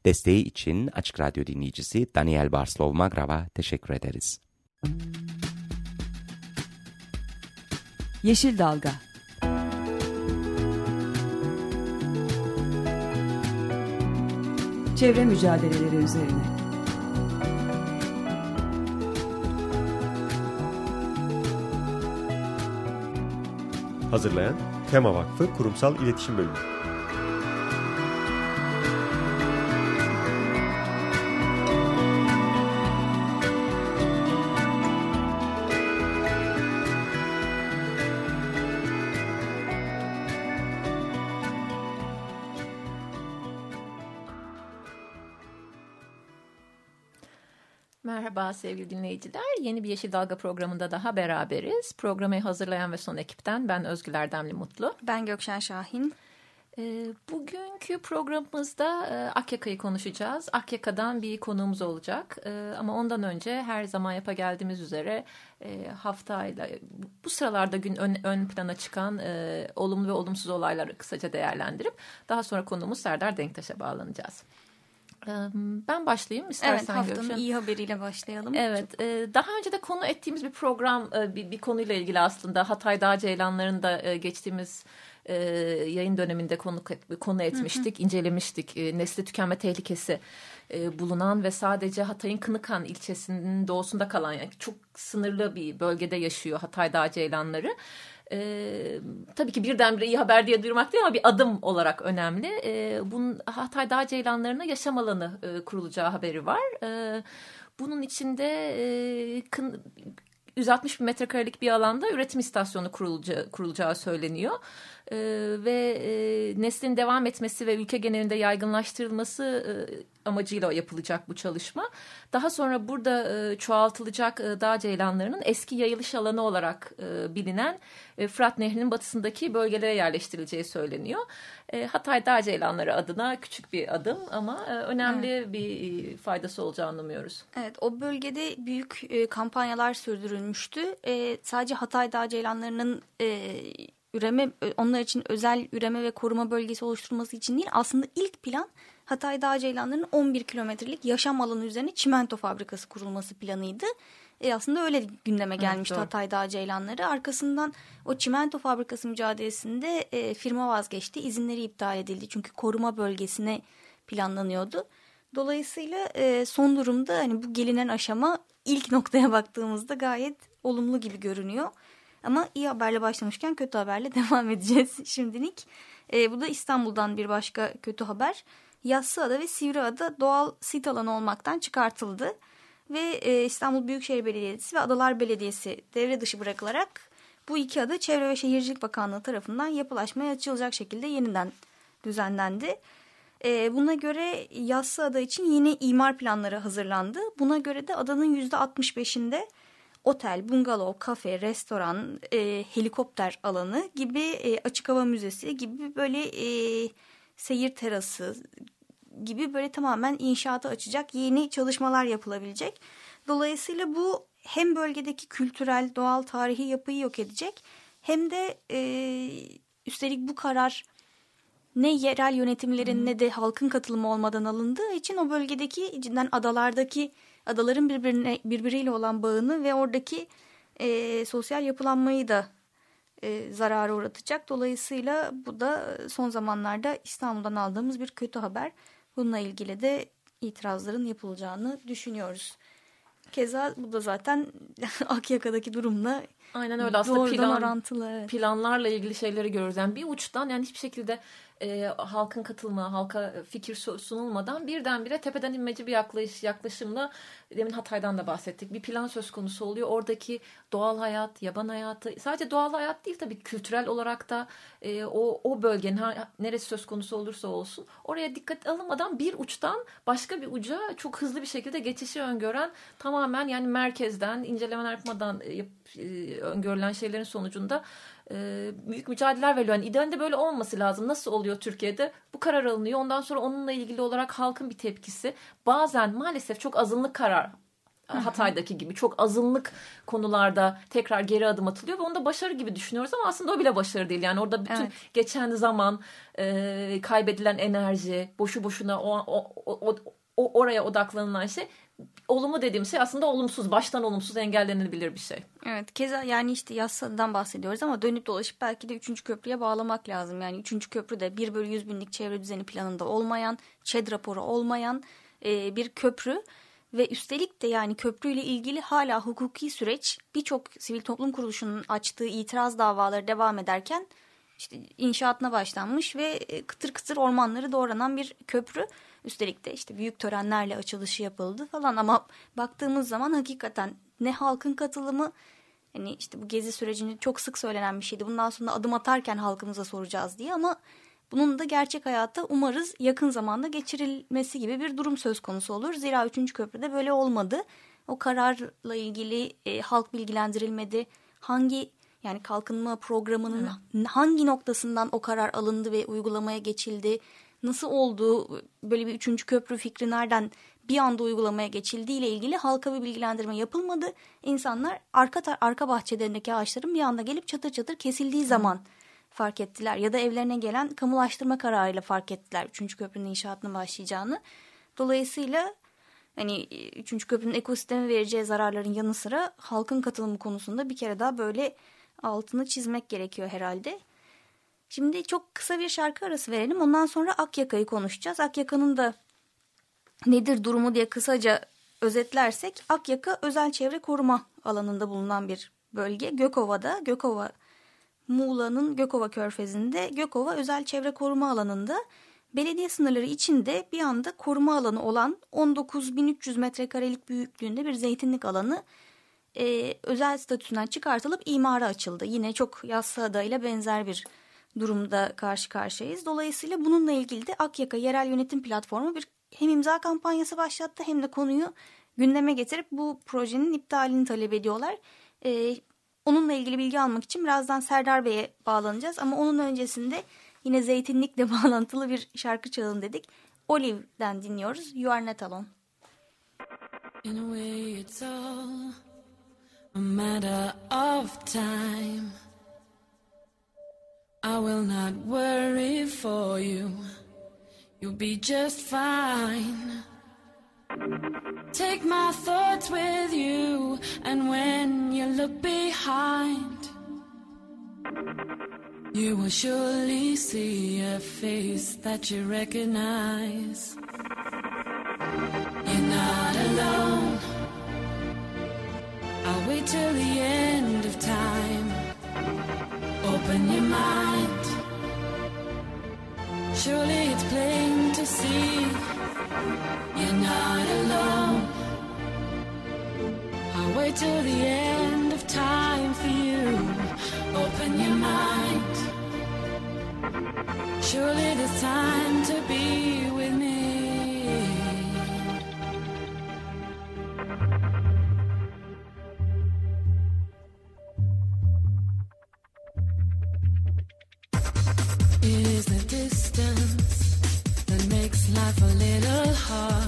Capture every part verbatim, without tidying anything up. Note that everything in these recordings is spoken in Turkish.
Desteği için Açık Radyo dinleyicisi Daniel Barslov-Magrav'a teşekkür ederiz. Yeşil Dalga. Çevre mücadeleleri üzerine. Hazırlayan Tema Vakfı Kurumsal İletişim Bölümü. Merhaba sevgili dinleyiciler. Yeni bir Yeşil Dalga programında daha beraberiz. Programı hazırlayan ve son ekipten ben Özgül Erdemli Mutlu. Ben Gökşen Şahin. Bugünkü programımızda Akyaka'yı konuşacağız. Akyaka'dan bir konuğumuz olacak. Ama ondan önce her zaman yapa geldiğimiz üzere haftayla bu sıralarda gün ön, ön plana çıkan olumlu ve olumsuz olayları kısaca değerlendirip daha sonra konuğumuz Serdar Denktaş'a bağlanacağız. Ben başlayayım istersen. Evet, haftanın Gökşen. iyi haberiyle başlayalım. Evet, daha önce de konu ettiğimiz bir program, bir, bir konuyla ilgili aslında Hatay Dağ Ceylanları'nda geçtiğimiz yayın döneminde konu, konu etmiştik, hı hı. incelemiştik. Nesli tükenme tehlikesi bulunan ve sadece Hatay'ın Kınıkhan ilçesinin doğusunda kalan, yani çok sınırlı bir bölgede yaşıyor Hatay Dağ Ceylanları. Ee, tabii ki birdenbire iyi haber diye duyurmak değil ama bir adım olarak önemli. Ee, bunun Hatay Dağ Ceylanları'na yaşam alanı e, kurulacağı haberi var. Ee, bunun içinde e, kın, yüz altmış bin metrekarelik bir alanda üretim istasyonu kurulacağı, kurulacağı söyleniyor. Ee, ve e, neslin devam etmesi ve ülke genelinde yaygınlaştırılması e, amacıyla yapılacak bu çalışma. Daha sonra burada e, çoğaltılacak e, dağ ceylanlarının eski yayılış alanı olarak e, bilinen e, Fırat Nehri'nin batısındaki bölgelere yerleştirileceği söyleniyor. E, Hatay Dağ Ceylanları adına küçük bir adım ama e, önemli evet. bir faydası olacağını umuyoruz. Evet, o bölgede büyük e, kampanyalar sürdürülmüştü. E, sadece Hatay Dağ Ceylanları'nın e, üreme, onlar için özel üreme ve koruma bölgesi oluşturulması için değil, aslında ilk plan Hatay Dağ Ceylanları'nın on bir kilometrelik yaşam alanı üzerine çimento fabrikası kurulması planıydı. E aslında öyle gündeme gelmişti evet, Hatay Dağ Ceylanları. Arkasından o çimento fabrikası mücadelesinde e, firma vazgeçti. İzinleri iptal edildi çünkü koruma bölgesine planlanıyordu. Dolayısıyla e, son durumda hani bu gelinen aşama ilk noktaya baktığımızda gayet olumlu gibi görünüyor. Ama iyi haberle başlamışken kötü haberle devam edeceğiz şimdilik. E, bu da İstanbul'dan bir başka kötü haber. Yassıada ve Sivriada doğal sit alanı olmaktan çıkartıldı. Ve e, İstanbul Büyükşehir Belediyesi ve Adalar Belediyesi devre dışı bırakılarak bu iki ada Çevre ve Şehircilik Bakanlığı tarafından yapılaşmaya açılacak şekilde yeniden düzenlendi. E, buna göre Yassıada için yeni imar planları hazırlandı. Buna göre de adanın yüzde altmış beşinde otel, bungalov, kafe, restoran, e, helikopter alanı gibi e, açık hava müzesi gibi böyle e, seyir terası gibi böyle tamamen inşaata açacak yeni çalışmalar yapılabilecek. Dolayısıyla bu hem bölgedeki kültürel, doğal, tarihi yapıyı yok edecek hem de e, üstelik bu karar ne yerel yönetimlerin hmm. ne de halkın katılımı olmadan alındığı için o bölgedeki cidden adalardaki adaların birbirine, birbiriyle olan bağını ve oradaki e, sosyal yapılanmayı da e, zarara uğratacak. Dolayısıyla bu da son zamanlarda İstanbul'dan aldığımız bir kötü haber. Bununla ilgili de itirazların yapılacağını düşünüyoruz. Keza bu da zaten Akyaka'daki durumla aynen öyle aslında plan, orantılı. Planlarla ilgili şeyleri görürüz. Yani bir uçtan yani hiçbir şekilde e, halkın katılımı, halka fikir sunulmadan birdenbire tepeden inmeci bir yaklaş, yaklaşımla demin Hatay'dan da bahsettik. Bir plan söz konusu oluyor. Oradaki doğal hayat, yaban hayatı, sadece doğal hayat değil tabii kültürel olarak da e, o, o bölgenin ha, neresi söz konusu olursa olsun oraya dikkat alınmadan bir uçtan başka bir uca çok hızlı bir şekilde geçişi öngören tamamen yani merkezden incelemeler yapmadan e, e, öngörülen şeylerin sonucunda e, büyük mücadeleler veriliyor. Yani idealinde böyle olması lazım. Nasıl oluyor Türkiye'de? Bu karar alınıyor. Ondan sonra onunla ilgili olarak halkın bir tepkisi. Bazen maalesef çok azınlık karar Hatay'daki gibi çok azınlık konularda tekrar geri adım atılıyor ve onu da başarı gibi düşünüyoruz ama aslında o bile başarı değil. Yani orada bütün evet. geçen zaman e, kaybedilen enerji, boşu boşuna o, o, o, o oraya odaklanılan şey, olumlu dediğim şey aslında olumsuz, baştan olumsuz engellenebilir bir şey. Evet, keza yani işte Yassı'dan bahsediyoruz ama dönüp dolaşıp belki de üçüncü köprüye bağlamak lazım. Yani üçüncü köprü de bir bölü yüz binlik çevre düzeni planında olmayan, ÇED raporu olmayan e, bir köprü. Ve üstelik de yani köprüyle ilgili hala hukuki süreç, birçok sivil toplum kuruluşunun açtığı itiraz davaları devam ederken işte inşaatına başlanmış ve kıtır kıtır ormanları doğranan bir köprü. Üstelik de işte büyük törenlerle açılışı yapıldı falan ama baktığımız zaman hakikaten ne halkın katılımı, hani işte bu gezi sürecinde çok sık söylenen bir şeydi. Bundan sonra adım atarken halkımıza soracağız diye ama bunun da gerçek hayata umarız yakın zamanda geçirilmesi gibi bir durum söz konusu olur. Zira üçüncü köprüde böyle olmadı. O kararla ilgili e, halk bilgilendirilmedi. Hangi yani kalkınma programının evet. hangi noktasından o karar alındı ve uygulamaya geçildi? Nasıl oldu? Böyle bir üçüncü köprü fikri nereden bir anda uygulamaya geçildiği ile ilgili halka bir bilgilendirme yapılmadı. İnsanlar arka arka bahçelerindeki ağaçların bir anda gelip çatır çatır kesildiği evet. zaman fark ettiler ya da evlerine gelen kamulaştırma kararıyla fark ettiler üçüncü köprünün inşaatına başlayacağını. Dolayısıyla hani üçüncü köprünün ekosisteme vereceği zararların yanı sıra halkın katılımı konusunda bir kere daha böyle altını çizmek gerekiyor herhalde. Şimdi çok kısa bir şarkı arası verelim. Ondan sonra Akyaka'yı konuşacağız. Akyaka'nın da nedir durumu diye kısaca özetlersek, Akyaka özel çevre koruma alanında bulunan bir bölge. Gökova'da, Gökova Muğla'nın Gökova Körfezi'nde Gökova Özel Çevre Koruma Alanı'nda belediye sınırları içinde bir anda koruma alanı olan on dokuz bin üç yüz metrekarelik büyüklüğünde bir zeytinlik alanı e, özel statüsünden çıkartılıp imara açıldı. Yine çok Yassıada ile benzer bir durumda karşı karşıyayız. Dolayısıyla bununla ilgili de Akyaka Yerel Yönetim Platformu bir hem imza kampanyası başlattı hem de konuyu gündeme getirip bu projenin iptalini talep ediyorlar. E, Onunla ilgili bilgi almak için birazdan Serdar Bey'e bağlanacağız. Ama onun öncesinde yine zeytinlikle bağlantılı bir şarkı çalalım dedik. Olive'den dinliyoruz. You Are Not Alone. In a way it's all a matter of time. I will not worry for you. You'll be just fine. Take my thoughts with you, and when you look behind, you will surely see a face that you recognize. You're not alone. I'll wait till the end of time. Open your mind. Surely it's plain to see you're not alone. I'll wait till the end of time for you. Open your mind. Surely there's time to be with me. It is the distance that makes life a little hard.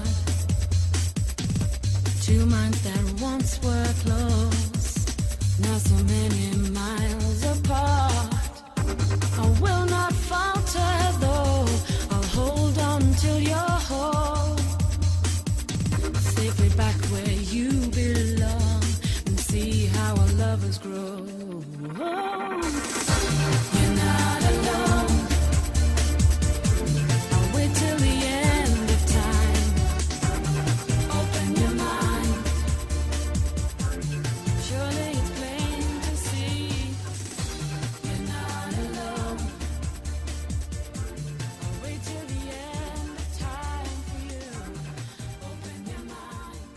Two minds that once were close, now so many miles apart. I will not falter though, I'll hold on till you're whole, safely back where you belong, and see how our lovers grow. You're not alone. I'll wait till the end of time. Open your mind. Surely it's plain to see you're not alone. I'll wait till the end of time for you. Open your mind.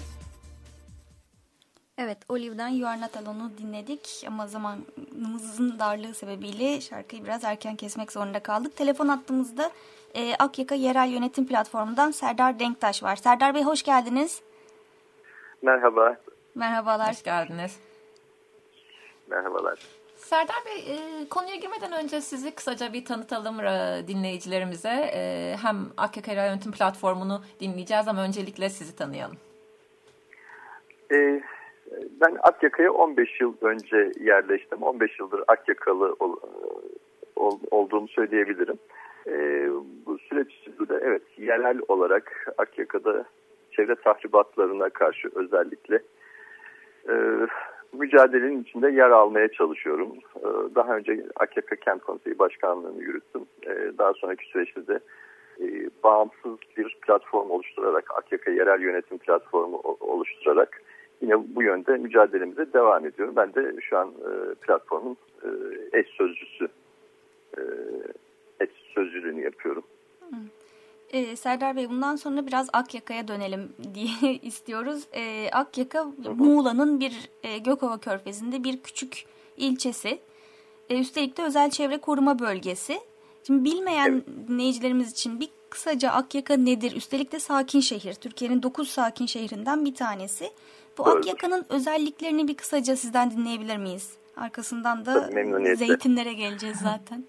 Evet, Olive'den You Are Not Alone'u dinledik ama zamanımızın darlığı sebebiyle şarkıyı biraz erken kesmek zorunda kaldık. Telefon hattımızda e, Akyaka Yerel Yönetim Platformu'ndan Serdar Denktaş var. Serdar Bey hoş geldiniz. Merhaba. Merhabalar. Hoş geldiniz. Merhabalar. Serdar Bey, e, konuya girmeden önce sizi kısaca bir tanıtalım e, dinleyicilerimize. E, hem Akyaka Yerel Yönetim Platformu'nu dinleyeceğiz ama öncelikle sizi tanıyalım. Ee, ben Akyaka'ya on beş yıl önce yerleştim. on beş yıldır Akyakalı ol, ol, olduğumu söyleyebilirim. Ee, bu süreç içinde evet yerel olarak Akyaka'da çevre tahribatlarına karşı özellikle e, mücadelenin içinde yer almaya çalışıyorum. E, daha önce Akyaka Kent Konseyi Başkanlığı'nı yürüttüm. E, daha sonraki süreçte de e, bağımsız bir platform oluşturarak, Akyaka Yerel Yönetim Platformu oluşturarak yine bu yönde mücadelemize devam ediyorum. Ben de şu an e, platformun e, eş sözcüsü, e, eş sözcülüğünü yapıyorum. Hı. Ee, Serdar Bey, bundan sonra biraz Akyaka'ya dönelim diye istiyoruz. Ee, Akyaka, Muğla'nın bir e, Gökova Körfezi'nde bir küçük ilçesi. E, üstelik de özel çevre koruma bölgesi. Şimdi bilmeyen evet. dinleyicilerimiz için bir kısaca Akyaka nedir? Üstelik de sakin şehir. Türkiye'nin dokuz sakin şehrinden bir tanesi. Bu Doğrudur. Akyaka'nın özelliklerini bir kısaca sizden dinleyebilir miyiz? Arkasından da zeytinlere geleceğiz zaten.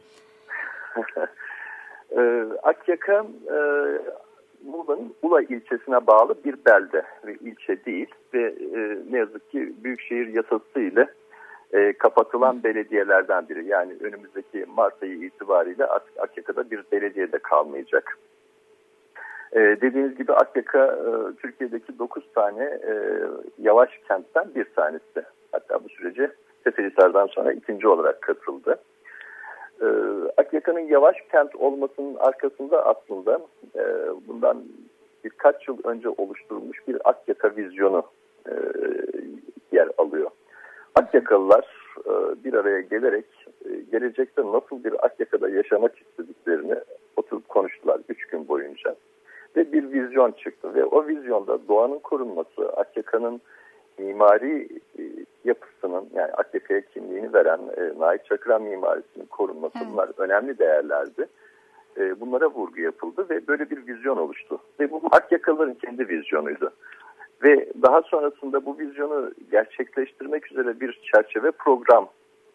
Ee, Akyaka e, Muğla'nın Ula ilçesine bağlı bir belde ve ilçe değil ve e, ne yazık ki Büyükşehir Yasası ile e, kapatılan belediyelerden biri. Yani önümüzdeki Mart ayı itibariyle Akyaka'da bir belediye de kalmayacak. E, dediğiniz gibi Akyaka e, Türkiye'deki dokuz tane e, yavaş kentten bir tanesi. Hatta bu sürece Seferihisar'dan sonra ikinci olarak katıldı. Ee, Akyaka'nın yavaş kent olmasının arkasında aslında e, bundan birkaç yıl önce oluşturulmuş bir Akyaka vizyonu e, yer alıyor. Akyakalılar e, bir araya gelerek e, gelecekte nasıl bir Akyaka'da yaşamak istediklerini oturup konuştular üç gün boyunca. Ve bir vizyon çıktı ve o vizyonda doğanın korunması, Akyaka'nın mimari e, yapısının yani Akyaka'ya kimliğini veren e, Nait Çakıran mimarisinin korunması evet. bunlar önemli değerlerdi. E, bunlara vurgu yapıldı ve böyle bir vizyon oluştu. Ve bu Akyakalıların kendi vizyonuydu. Ve daha sonrasında bu vizyonu gerçekleştirmek üzere bir çerçeve program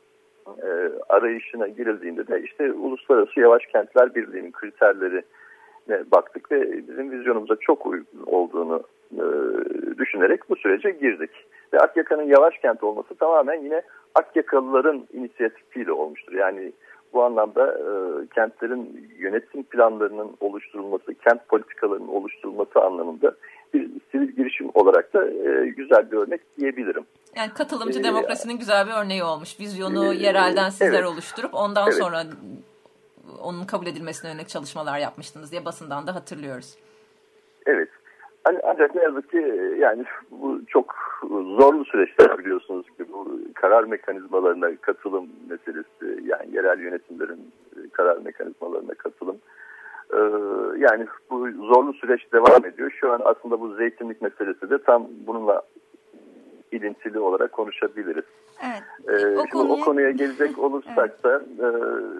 e, arayışına girildiğinde de işte Uluslararası Yavaş Kentler Birliği'nin kriterlerine baktık ve bizim vizyonumuza çok uygun olduğunu e, düşünerek bu sürece girdik. Ve Akyaka'nın yavaş kent olması tamamen yine Akyakalıların inisiyatifiyle olmuştur. Yani bu anlamda e, kentlerin yönetim planlarının oluşturulması, kent politikalarının oluşturulması anlamında bir sivil girişim olarak da e, güzel bir örnek diyebilirim. Yani katılımcı ee, demokrasinin güzel bir örneği olmuş. Vizyonu e, yerelden sizler evet. oluşturup ondan evet. sonra onun kabul edilmesine yönelik çalışmalar yapmıştınız diye basından da hatırlıyoruz. Evet. Ancak ne yazık ki yani bu çok zorlu süreçler biliyorsunuz ki bu karar mekanizmalarına katılım meselesi yani yerel yönetimlerin karar mekanizmalarına katılım ee, yani bu zorlu süreç devam ediyor. Şu an aslında bu zeytinlik meselesi de tam bununla ilintili olarak konuşabiliriz. Evet. Ee, o, konuya... o konuya gelecek olursak da e,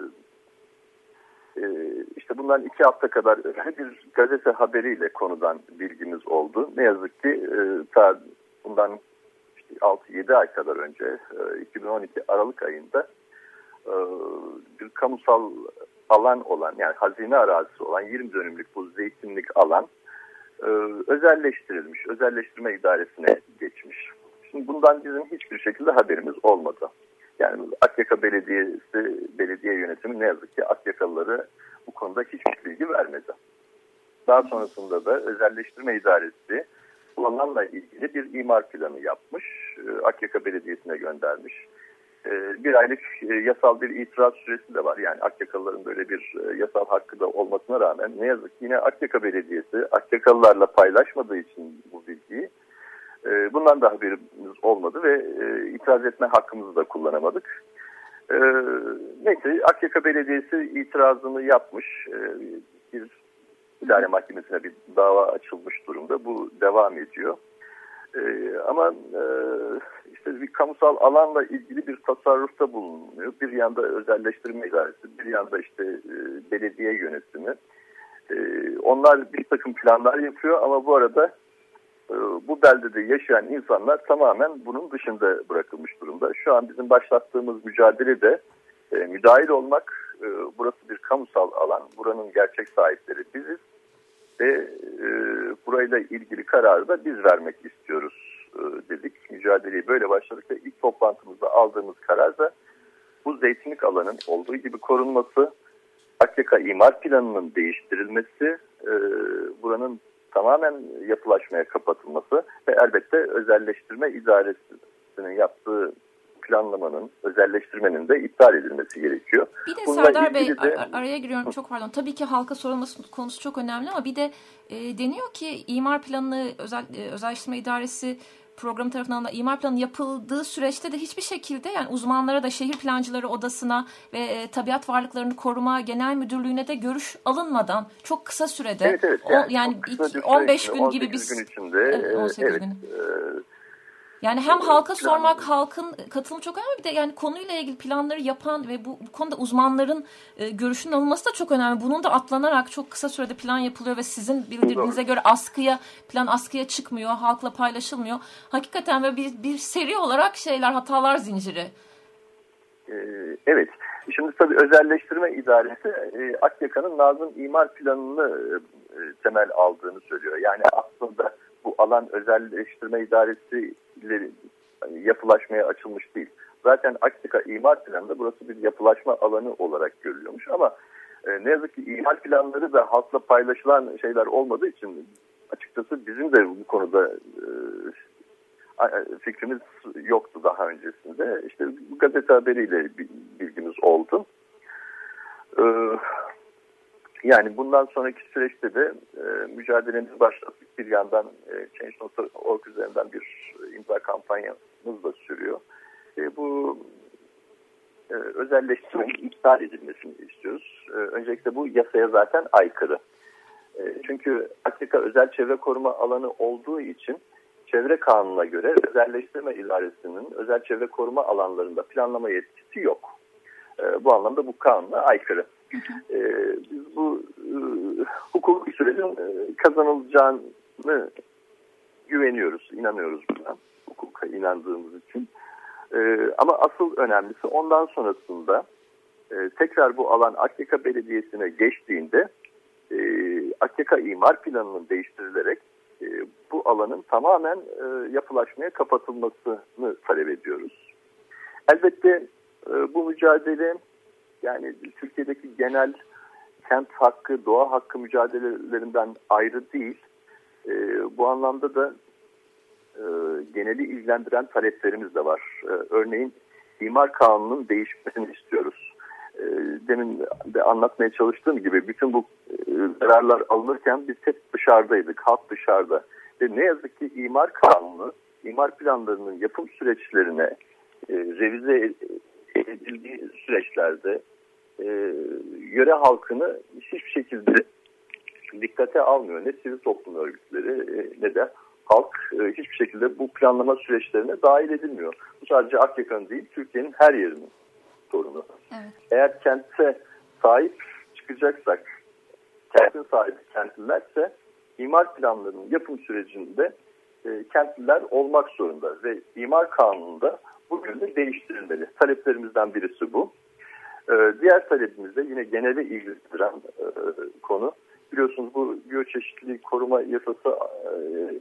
İşte bundan iki hafta kadar bir gazete haberiyle konudan bilgimiz oldu. Ne yazık ki ta bundan işte altı yedi ay kadar önce iki bin on iki Aralık ayında bir kamusal alan olan yani hazine arazisi olan yirmi dönümlük bu zeytinlik alan özelleştirilmiş. Özelleştirme idaresine geçmiş. Şimdi bundan bizim hiçbir şekilde haberimiz olmadı. Yani Akyaka Belediyesi, belediye yönetimi ne yazık ki Akyakalıları bu konuda hiçbir bilgi vermedi. Daha sonrasında da özelleştirme idaresi bu alanla ilgili bir imar planı yapmış. Akyaka Belediyesi'ne göndermiş. Bir aylık yasal bir itiraz süresi de var. Yani Akyakalıların böyle bir yasal hakkı da olmasına rağmen ne yazık ki yine Akyaka Belediyesi Akyakalılarla paylaşmadığı için bu bilgiyi bundan da haberimiz olmadı ve itiraz etme hakkımızı da kullanamadık. Neyse Akyaka Belediyesi itirazını yapmış. Bir idare mahkemesine bir dava açılmış durumda. Bu devam ediyor. Ama işte bir kamusal alanla ilgili bir tasarrufta bulunuyor. Bir yanda özelleştirme idaresi, bir yanda işte belediye yönetimi. Onlar bir takım planlar yapıyor ama bu arada bu beldede yaşayan insanlar tamamen bunun dışında bırakılmış durumda. Şu an bizim başlattığımız mücadelede e, müdahil olmak, e, burası bir kamusal alan, buranın gerçek sahipleri biziz ve e, burayla ilgili kararı da biz vermek istiyoruz e, dedik. mücadeleyi böyle başladık ve ilk toplantımızda aldığımız karar da bu zeytinlik alanın olduğu gibi korunması, Akyaka imar planının değiştirilmesi, e, buranın tamamen yapılaşmaya kapatılması ve elbette özelleştirme idaresinin yaptığı planlamanın, özelleştirmenin de iptal edilmesi gerekiyor. Bir de Bununla Serdar Bey de... ar- araya giriyorum, çok pardon. Tabii ki halka sorulması konusu çok önemli ama bir de e, deniyor ki imar planı özel e, özelleştirme idaresi programı tarafından da imar planı yapıldığı süreçte de hiçbir şekilde yani uzmanlara da şehir plancıları odasına ve e, tabiat varlıklarını koruma genel müdürlüğüne de görüş alınmadan çok kısa sürede evet, evet, yani, o, yani iki, on beş gün gibi bir gün içinde evet, on sekiz evet, gün. E, Yani hem halka sormak, halkın katılımı çok önemli. Bir de yani konuyla ilgili planları yapan ve bu, bu konuda uzmanların e, görüşünün alınması da çok önemli. Bunun da atlanarak çok kısa sürede plan yapılıyor ve sizin bildirdiğinize göre askıya plan askıya çıkmıyor, halkla paylaşılmıyor. Hakikaten böyle bir, bir seri olarak şeyler, hatalar zinciri. Ee, evet. Şimdi tabii özelleştirme idaresi e, Akyaka'nın Nazım imar planını e, temel aldığını söylüyor. Yani aslında bu alan özelleştirme idaresi yapılaşmaya açılmış değil. Zaten Akyaka imar planında burası bir yapılaşma alanı olarak görülüyormuş ama e, ne yazık ki imar planları da halkla paylaşılan şeyler olmadığı için açıkçası bizim de bu konuda e, fikrimiz yoktu daha öncesinde. İşte bu gazete haberiyle bilgimiz oldu. E, yani bundan sonraki süreçte de e, mücadelemizi başlattık. Bir yandan e, Change nokta org üzerinden bir imza kampanyamız da sürüyor. E, bu e, özelleştirmenin iptal edilmesini istiyoruz. E, öncelikle bu yasaya zaten aykırı. E, çünkü Akyaka özel çevre koruma alanı olduğu için çevre kanununa göre özelleştirme idaresinin özel çevre koruma alanlarında planlama yetkisi yok. E, bu anlamda bu kanuna aykırı. E, biz bu e, hukuki sürecin e, kazanılacağını güveniyoruz, inanıyoruz buna. Hukuka inandığımız için. E, ama asıl önemlisi ondan sonrasında e, tekrar bu alan Akyaka Belediyesi'ne geçtiğinde e, Akyaka imar planının değiştirilerek e, bu alanın tamamen e, yapılaşmaya kapatılmasını talep ediyoruz. Elbette e, bu mücadele yani Türkiye'deki genel kent hakkı, doğa hakkı mücadelelerinden ayrı değil. E, bu anlamda da e, geneli ilgilendiren taleplerimiz de var. E, örneğin imar kanununun değişmesini istiyoruz. E, demin de anlatmaya çalıştığım gibi bütün bu e, kararlar alınırken biz hep dışarıdaydık, halk dışarıda. Ve ne yazık ki imar kanunu, imar planlarının yapım süreçlerine e, revize edildiği süreçlerde e, yöre halkını hiçbir şekilde dikkate almıyor. Ne sivil toplum örgütleri e, ne de halk e, hiçbir şekilde bu planlama süreçlerine dahil edilmiyor. Bu sadece Akyaka'nın değil, Türkiye'nin her yerinin sorunu. Evet. Eğer kente sahip çıkacaksak, kentin sahibi kentlilerse imar planlarının yapım sürecinde e, kentliler olmak zorunda ve imar kanununda bu yönde değiştirilmeli. Taleplerimizden birisi bu. Ee, diğer talebimiz de yine genele ilgilendiren e, konu. Biliyorsunuz bu biyoçeşitliliği koruma yasası e,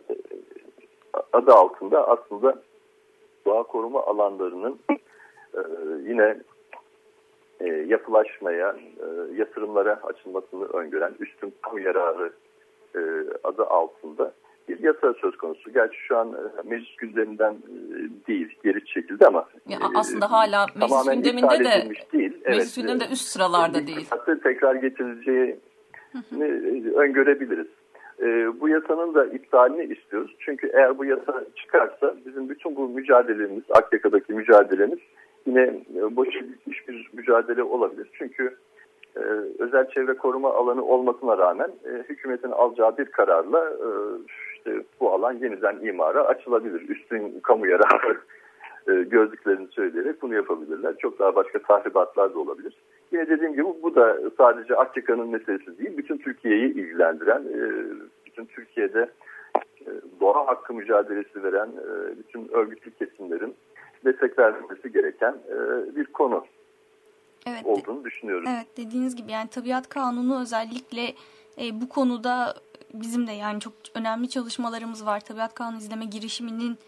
adı altında aslında doğa koruma alanlarının e, yine e, yapılaşmaya, e, yatırımlara açılmasını öngören üstün kamu yararı e, adı altında bir yasa söz konusu. Gerçi şu an meclis gündeminden değil, geri çekildi ama ya aslında hala meclis gündeminde de değil. Meclis evet, gündeminde üst sıralarda değil. Tekrar getirileceğini öngörebiliriz. Bu yasanın da iptalini istiyoruz. Çünkü eğer bu yasa çıkarsa bizim bütün bu mücadelemiz, Akyaka'daki mücadelemiz yine boşa gitmiş bir mücadele olabilir. Çünkü Ee, özel çevre koruma alanı olmasına rağmen e, hükümetin alacağı bir kararla e, işte bu alan yeniden imara açılabilir. Üstün kamu yararı e, gördüklerini söyleyerek bunu yapabilirler. Çok daha başka tahribatlar da olabilir. Yine dediğim gibi bu da sadece Akyaka'nın meselesi değil. Bütün Türkiye'yi ilgilendiren, e, bütün Türkiye'de e, doğa hakkı mücadelesi veren e, bütün örgütlü kesimlerin destek vermesi gereken e, bir konu. Evet, olduğunu düşünüyoruz. Evet, dediğiniz gibi yani tabiat kanunu özellikle e, bu konuda bizim de yani çok önemli çalışmalarımız var. Tabiat kanunu izleme girişiminin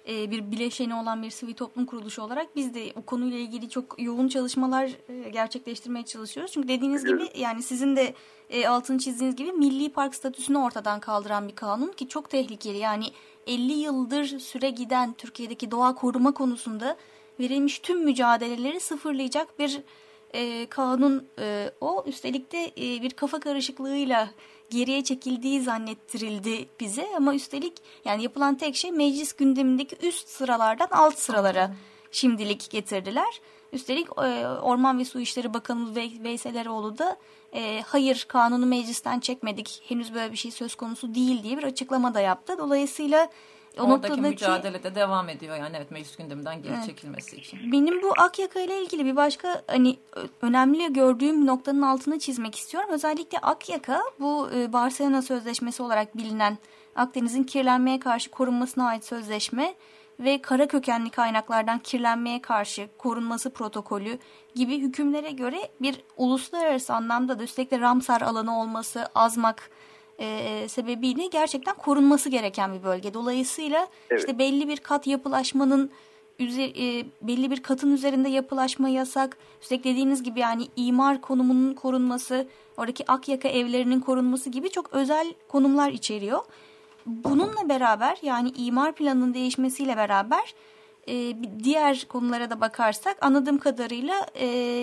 e, bir bileşeni olan bir sivil toplum kuruluşu olarak biz de o konuyla ilgili çok yoğun çalışmalar e, gerçekleştirmeye çalışıyoruz. Çünkü dediğiniz gibi yani sizin de e, altını çizdiğiniz gibi milli park statüsünü ortadan kaldıran bir kanun ki çok tehlikeli. Yani elli yıldır süre giden Türkiye'deki doğa koruma konusunda verilmiş tüm mücadeleleri sıfırlayacak bir e, kanun e, o. Üstelik de e, bir kafa karışıklığıyla geriye çekildiği zannettirildi bize ama üstelik yani yapılan tek şey meclis gündemindeki üst sıralardan alt sıralara şimdilik getirdiler. Üstelik e, Orman ve Su İşleri Bakanı Veysel Eroğlu da e, hayır kanunu meclisten çekmedik, henüz böyle bir şey söz konusu değil diye bir açıklama da yaptı. Dolayısıyla o oradaki noktadaki mücadele de devam ediyor yani evet meclis gündeminden geri evet. çekilmesi için. Benim bu Akyaka ile ilgili bir başka hani önemli gördüğüm noktanın altını çizmek istiyorum. Özellikle Akyaka bu e, Barcelona Sözleşmesi olarak bilinen Akdeniz'in kirlenmeye karşı korunmasına ait sözleşme ve kara kökenli kaynaklardan kirlenmeye karşı korunması protokolü gibi hükümlere göre bir uluslararası anlamda da üstelik de Ramsar alanı olması, azmak e, sebebiyle gerçekten korunması gereken bir bölge. Dolayısıyla evet. işte belli bir kat yapılaşmanın üzer, e, belli bir katın üzerinde yapılaşma yasak. Üstelik dediğiniz gibi yani imar konumunun korunması, oradaki Akyaka evlerinin korunması gibi çok özel konumlar içeriyor. Bununla beraber yani imar planının değişmesiyle beraber e, diğer konulara da bakarsak anladığım kadarıyla e,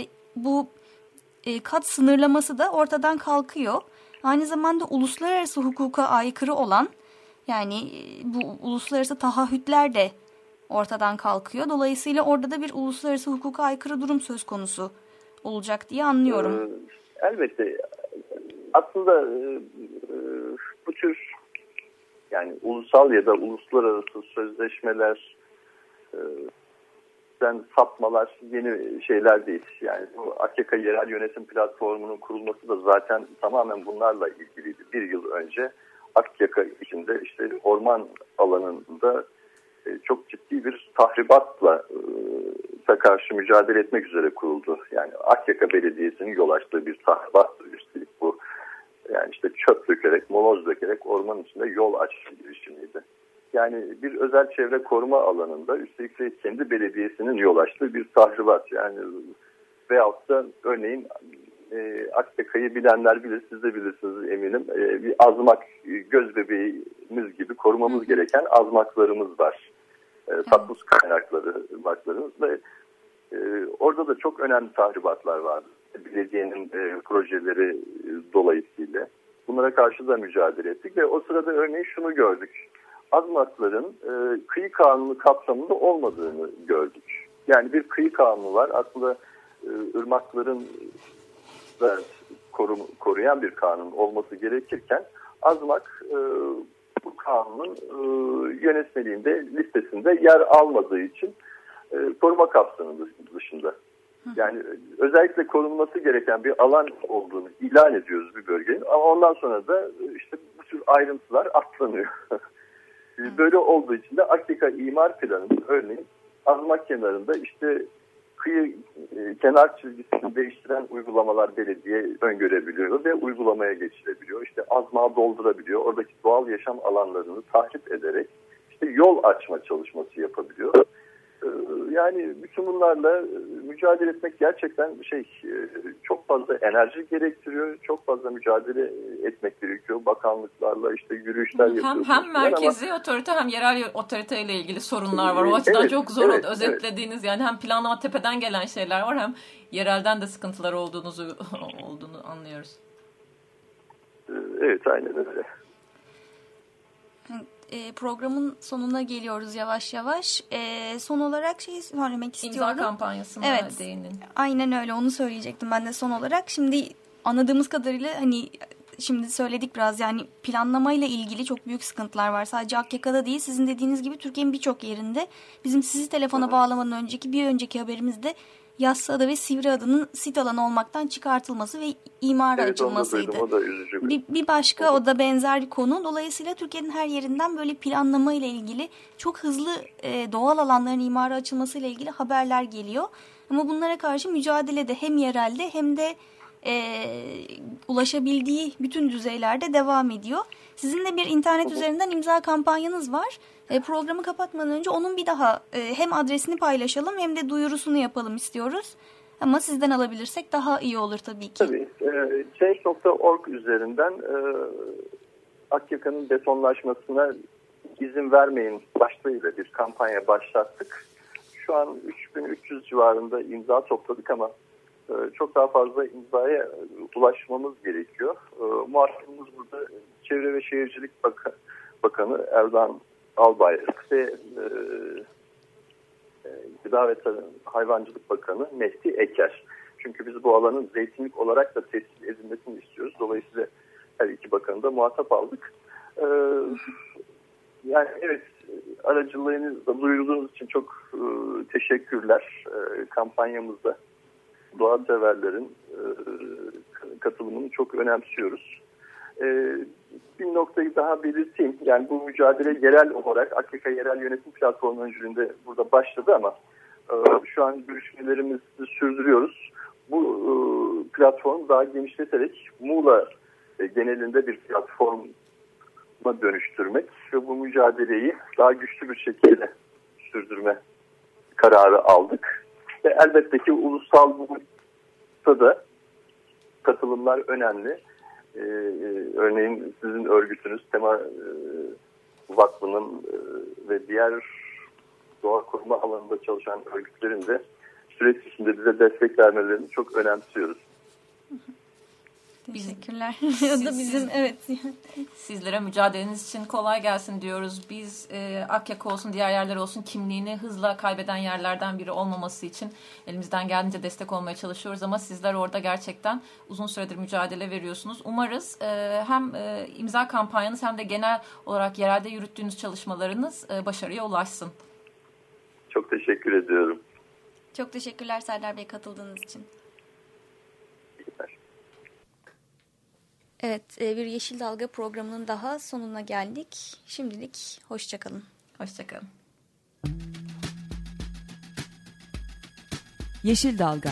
bu e, kat sınırlaması da ortadan kalkıyor. Aynı zamanda uluslararası hukuka aykırı olan yani e, bu uluslararası taahhütler de ortadan kalkıyor. Dolayısıyla orada da bir uluslararası hukuka aykırı durum söz konusu olacak diye anlıyorum. Ee, elbette aslında e, e, bu tür yani ulusal ya da uluslararası sözleşmeler den sapmalar yeni şeyler değil. Yani bu Akyaka Yerel Yönetim Platformu'nun kurulması da zaten tamamen bunlarla ilgiliydi. Bir yıl önce Akyaka içinde işte orman alanında çok ciddi bir tahribatla e, karşı mücadele etmek üzere kuruldu. Yani Akyaka Belediyesi'nin yol açtığı bir tahribattı üstelik bu. Yani işte çöp dökerek, moloz dökerek ormanın içinde yol açma girişimiydi. Yani bir özel çevre koruma alanında üstelik de kendi belediyesinin yol açtığı bir tahribat. Yani veyahut da örneğin e, Akyaka'yı bilenler bilir, siz de bilirsiniz eminim. E, bir azmak, göz bebeğimiz gibi korumamız gereken azmaklarımız var. E, tatlus kaynakları, baklarımız ve e, orada da çok önemli tahribatlar vardı. Belediyenin e, projeleri e, dolayısıyla. Bunlara karşı da mücadele ettik ve o sırada örneğin şunu gördük. Azmakların e, kıyı kanunu kapsamında olmadığını gördük. Yani bir kıyı kanunu var. Aslında e, ırmakların da korum, koruyan bir kanun olması gerekirken azmak e, bu kanunun e, yönetmeliğinde listesinde yer almadığı için e, koruma kapsamının dışında. Yani özellikle korunması gereken bir alan olduğunu ilan ediyoruz bir bölgenin ama ondan sonra da işte bu tür ayrıntılar atlanıyor. Böyle olduğu için de Akyaka imar planının örneğin azmak kenarında işte kıyı e, kenar çizgisini değiştiren uygulamalar belediye öngörebiliyor ve uygulamaya geçirebiliyor. İşte azmağı doldurabiliyor. Oradaki doğal yaşam alanlarını tahrip ederek işte yol açma çalışması yapabiliyor. Yani bütün bunlarla mücadele etmek gerçekten şey çok fazla enerji gerektiriyor. Çok fazla mücadele etmek gerekiyor. Bakanlıklarla işte yürüyüşler yapıyoruz. Hem, hem merkezi ama, otorite hem yerel otorite ile ilgili sorunlar var. O açıdan evet, çok zor evet, özetlediğiniz evet. Yani hem planlama tepeden gelen şeyler var hem yerelden de sıkıntılar olduğunuzu olduğunu anlıyoruz. Evet aynen öyle. Programın sonuna geliyoruz yavaş yavaş. E, son olarak şey söylemek istiyorum. İmza kampanyasına evet, değinin. Aynen öyle onu söyleyecektim ben de son olarak. Şimdi anladığımız kadarıyla hani şimdi söyledik biraz yani planlamayla ilgili çok büyük sıkıntılar var. Sadece Akyaka'da değil sizin dediğiniz gibi Türkiye'nin birçok yerinde. Bizim sizi telefona bağlamadan önceki bir önceki haberimizde Yassıada ve Sivriada'nın sit alanı olmaktan çıkartılması ve imara evet, açılmasıydı. Bir, bir başka o da benzer bir konu. Dolayısıyla Türkiye'nin her yerinden böyle planlama ile ilgili çok hızlı e, doğal alanların imara açılması ile ilgili haberler geliyor. Ama bunlara karşı mücadelede hem yerelde hem de e, ulaşabildiği bütün düzeylerde devam ediyor. Sizin de bir internet üzerinden imza kampanyanız var. E, programı kapatmadan önce onun bir daha e, hem adresini paylaşalım hem de duyurusunu yapalım istiyoruz. Ama sizden alabilirsek daha iyi olur tabii ki. Tabii. E, change nokta org üzerinden e, Akyaka'nın betonlaşmasına izin vermeyin başlığıyla bir kampanya başlattık. Şu an üç bin üç yüz civarında imza topladık ama e, çok daha fazla imzaya ulaşmamız gerekiyor. E, muhatabımız burada Çevre ve Şehircilik Bak- Bakanı Erdoğan Albayrak ve e, e, Gıda ve Tarım Hayvancılık Bakanı Mehdi Eker. Çünkü biz bu alanın zeytinlik olarak da tescil edilmesini istiyoruz. Dolayısıyla her iki bakanı da muhatap aldık. E, yani evet, aracılığınızla duyurduğunuz için çok e, teşekkürler. E, kampanyamızda doğa severlerin e, katılımını çok önemsiyoruz. E, bir noktayı daha belirteyim. Yani bu mücadele yerel olarak Akyaka Yerel Yönetim Platformu öncülüğünde burada başladı ama e, şu an görüşmelerimizi sürdürüyoruz. Bu e, platform daha genişleterek Muğla e, genelinde bir platform dönüştürmek ve bu mücadeleyi daha güçlü bir şekilde sürdürme kararı aldık. Ve elbette ki ulusal boyutta da katılımlar önemli. Ee, örneğin sizin örgütünüz Tema e, Vakfı'nın e, ve diğer doğa koruma alanında çalışan örgütlerin de süreç içinde bize destek vermelerini çok önemsiyoruz. Teşekkürler. Siz, o da bizim evet. Sizlere mücadeleniz için kolay gelsin diyoruz. Biz e, Akyaka olsun diğer yerler olsun kimliğini hızla kaybeden yerlerden biri olmaması için elimizden geldiğince destek olmaya çalışıyoruz ama sizler orada gerçekten uzun süredir mücadele veriyorsunuz. Umarız e, hem e, imza kampanyanız hem de genel olarak yerelde yürüttüğünüz çalışmalarınız e, başarıya ulaşsın. Çok teşekkür ediyorum. Çok teşekkürler Serdar Bey katıldığınız için. Evet, bir Yeşil Dalga programının daha sonuna geldik. Şimdilik hoşça kalın. Hoşça kalın. Yeşil Dalga.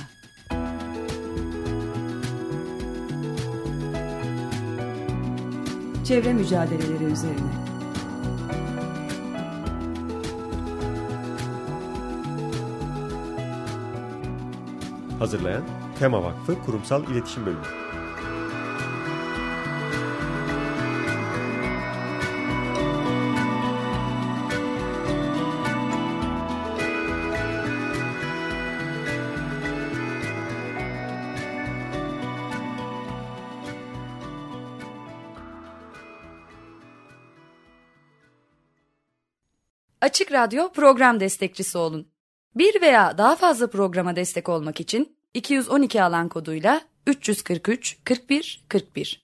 Çevre mücadeleleri üzerine. Hazırlayan Tema Vakfı Kurumsal İletişim Bölümü. Açık Radyo program destekçisi olun. Bir veya daha fazla programa destek olmak için iki yüz on iki alan koduyla üç yüz kırk üç kırk bir kırk bir